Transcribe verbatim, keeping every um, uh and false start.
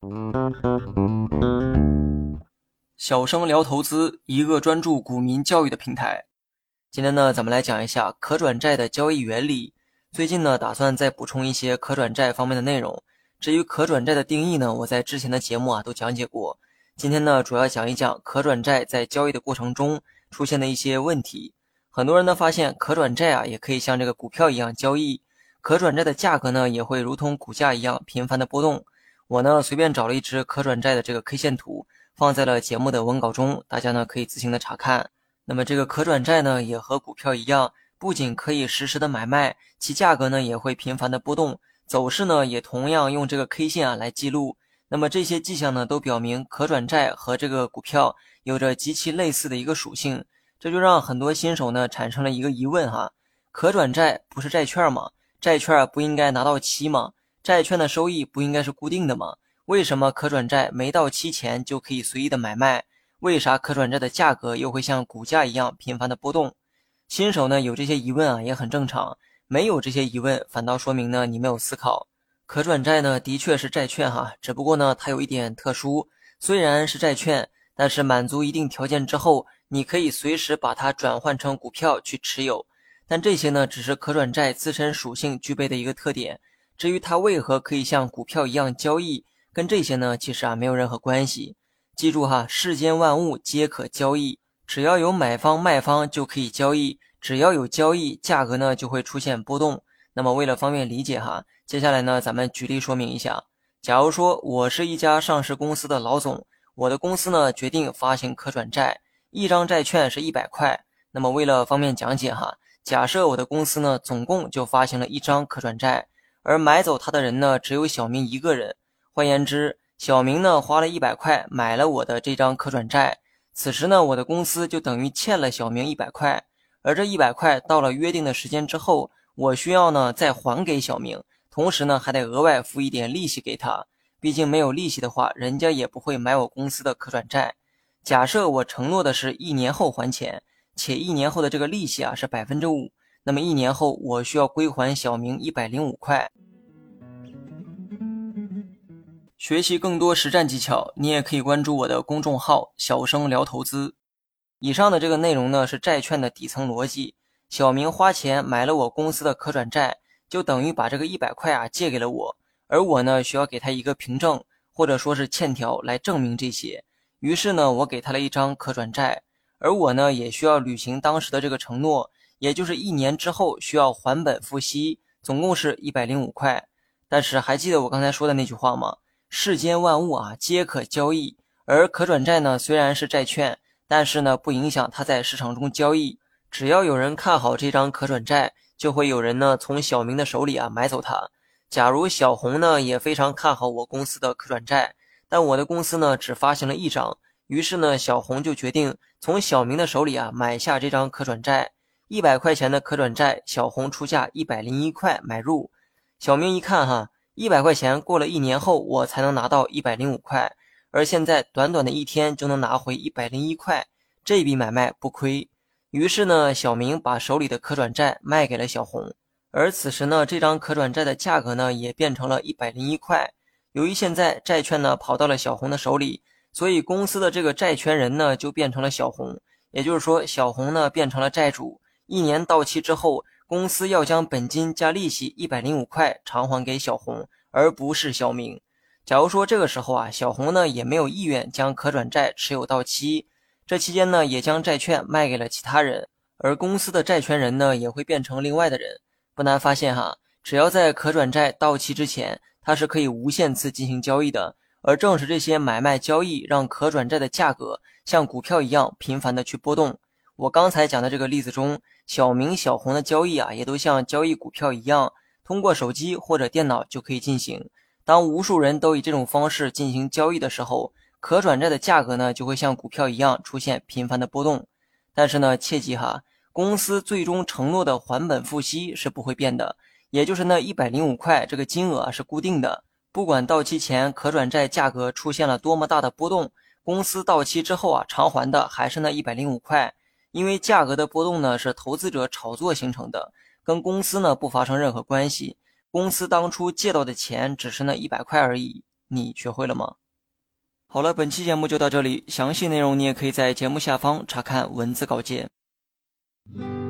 小生聊投资，一个专注股民教育的平台。今天呢，咱们来讲一下可转债的交易原理。最近呢，打算再补充一些可转债方面的内容。至于可转债的定义呢，我在之前的节目啊都讲解过。今天呢，主要讲一讲可转债在交易的过程中出现的一些问题。很多人呢发现可转债啊也可以像这个股票一样交易，可转债的价格呢也会如同股价一样频繁的波动。我呢随便找了一只可转债的这个 K 线图，放在了节目的文稿中，大家呢可以自行的查看。那么这个可转债呢也和股票一样，不仅可以实时的买卖，其价格呢也会频繁的波动，走势呢也同样用这个 K 线啊来记录。那么这些迹象呢都表明可转债和这个股票有着极其类似的一个属性，这就让很多新手呢产生了一个疑问哈，可转债不是债券吗？债券不应该拿到期吗？债券的收益不应该是固定的吗？为什么可转债没到期前就可以随意的买卖？为啥可转债的价格又会像股价一样频繁的波动？新手呢有这些疑问啊也很正常，没有这些疑问反倒说明呢你没有思考。可转债呢的确是债券哈，只不过呢它有一点特殊，虽然是债券，但是满足一定条件之后，你可以随时把它转换成股票去持有。但这些呢只是可转债自身属性具备的一个特点，至于它为何可以像股票一样交易，跟这些呢其实啊没有任何关系。记住哈，世间万物皆可交易，只要有买方卖方就可以交易，只要有交易，价格呢就会出现波动。那么为了方便理解哈，接下来呢咱们举例说明一下。假如说我是一家上市公司的老总，我的公司呢决定发行可转债，一张债券是一百块。那么为了方便讲解哈，假设我的公司呢总共就发行了一张可转债，而买走它的人呢只有小明一个人。换言之，小明呢花了一百块买了我的这张可转债，此时呢我的公司就等于欠了小明一百块，而这一百块到了约定的时间之后，我需要呢再还给小明，同时呢还得额外付一点利息给他，毕竟没有利息的话，人家也不会买我公司的可转债。假设我承诺的是一年后还钱，且一年后的这个利息啊是 百分之五， 那么一年后我需要归还小明一百零五块。学习更多实战技巧，你也可以关注我的公众号小生聊投资。以上的这个内容呢是债券的底层逻辑，小明花钱买了我公司的可转债，就等于把这个一百块啊借给了我，而我呢需要给他一个凭证或者说是欠条来证明这些。于是呢我给他了一张可转债，而我呢也需要履行当时的这个承诺，也就是一年之后需要还本付息，总共是一百零五块。但是还记得我刚才说的那句话吗？世间万物啊皆可交易，而可转债呢虽然是债券，但是呢不影响它在市场中交易。只要有人看好这张可转债，就会有人呢从小明的手里啊买走它。假如小红呢也非常看好我公司的可转债，但我的公司呢只发行了一张，于是呢小红就决定从小明的手里啊买下这张可转债。一百块钱的可转债，小红出价一百零一块买入。小明一看哈，一百块钱过了一年后我才能拿到一百零五块，而现在短短的一天就能拿回一百零一块，这笔买卖不亏。于是呢小明把手里的可转债卖给了小红，而此时呢这张可转债的价格呢也变成了一百零一块。由于现在债券呢跑到了小红的手里，所以公司的这个债权人呢就变成了小红，也就是说小红呢变成了债主。一年到期之后，公司要将本金加利息一百零五块偿还给小红，而不是小明。假如说这个时候啊，小红呢也没有意愿将可转债持有到期，这期间呢也将债券卖给了其他人，而公司的债权人呢也会变成另外的人。不难发现哈，只要在可转债到期之前，它是可以无限次进行交易的，而正是这些买卖交易让可转债的价格像股票一样频繁的去波动。我刚才讲的这个例子中，小明小红的交易啊也都像交易股票一样，通过手机或者电脑就可以进行。当无数人都以这种方式进行交易的时候，可转债的价格呢就会像股票一样出现频繁的波动。但是呢切记哈，公司最终承诺的还本付息是不会变的，也就是那一百零五块这个金额是固定的，不管到期前可转债价格出现了多么大的波动，公司到期之后啊偿还的还是那一百零五块。因为价格的波动呢是投资者炒作形成的，跟公司呢不发生任何关系，公司当初借到的钱只是那一百块而已。 你学会了吗？好了，本期节目就到这里，详细内容你也可以在节目下方查看文字稿件。